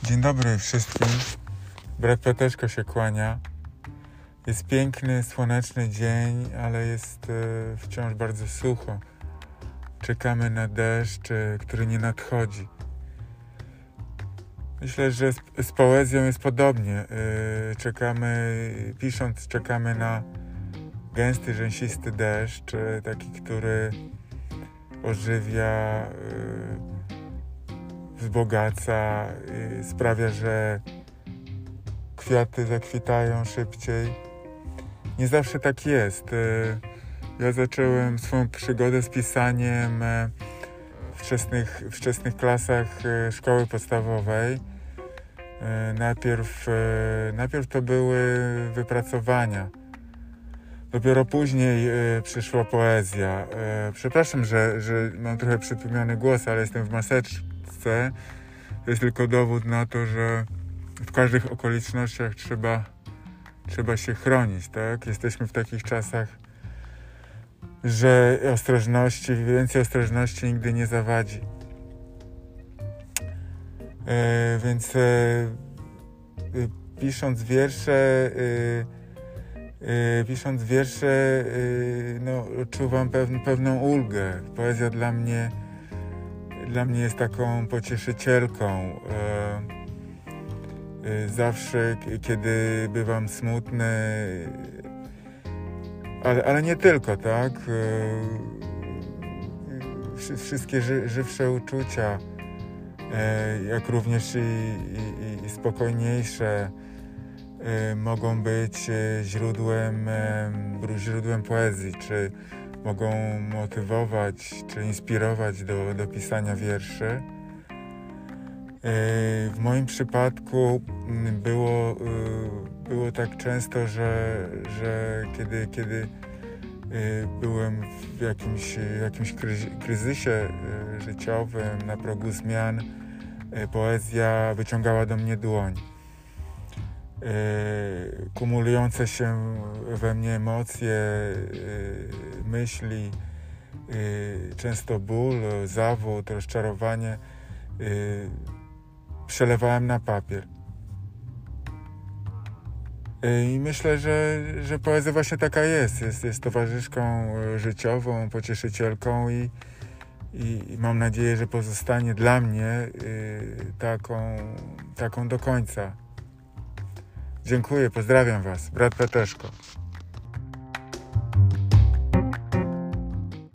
Dzień dobry wszystkim. Brat Peteszko się kłania. Jest piękny, słoneczny dzień, ale jest wciąż bardzo sucho. Czekamy na deszcz, który nie nadchodzi. Myślę, że z poezją jest podobnie. Czekamy na gęsty, rzęsisty deszcz, taki, który ożywia, wzbogaca, sprawia, że kwiaty zakwitają szybciej. Nie zawsze tak jest. Ja zacząłem swoją przygodę z pisaniem w wczesnych klasach szkoły podstawowej. Najpierw to były wypracowania. Dopiero później przyszła poezja. Przepraszam, że mam trochę przytłumiony głos, ale jestem w maseczce. To jest tylko dowód na to, że w każdych okolicznościach trzeba się chronić, tak? Jesteśmy w takich czasach, że więcej ostrożności nigdy nie zawadzi. Więc pisząc wiersze, odczuwam pewną ulgę. Poezja dla mnie jest taką pocieszycielką. Zawsze, kiedy bywam smutny, ale nie tylko, tak? Wszystkie żywsze uczucia, jak również i spokojniejsze, mogą być źródłem poezji, czy mogą motywować, czy inspirować do pisania wierszy. W moim przypadku było tak często, że kiedy byłem w jakimś kryzysie życiowym, na progu zmian, poezja wyciągała do mnie dłoń. Kumulujące się we mnie emocje, myśli, często ból, zawód, rozczarowanie przelewałem na papier. I myślę, że poezja właśnie taka jest towarzyszką życiową, pocieszycielką i mam nadzieję, że pozostanie dla mnie taką do końca. Dziękuję, pozdrawiam Was. Brat Peteszko.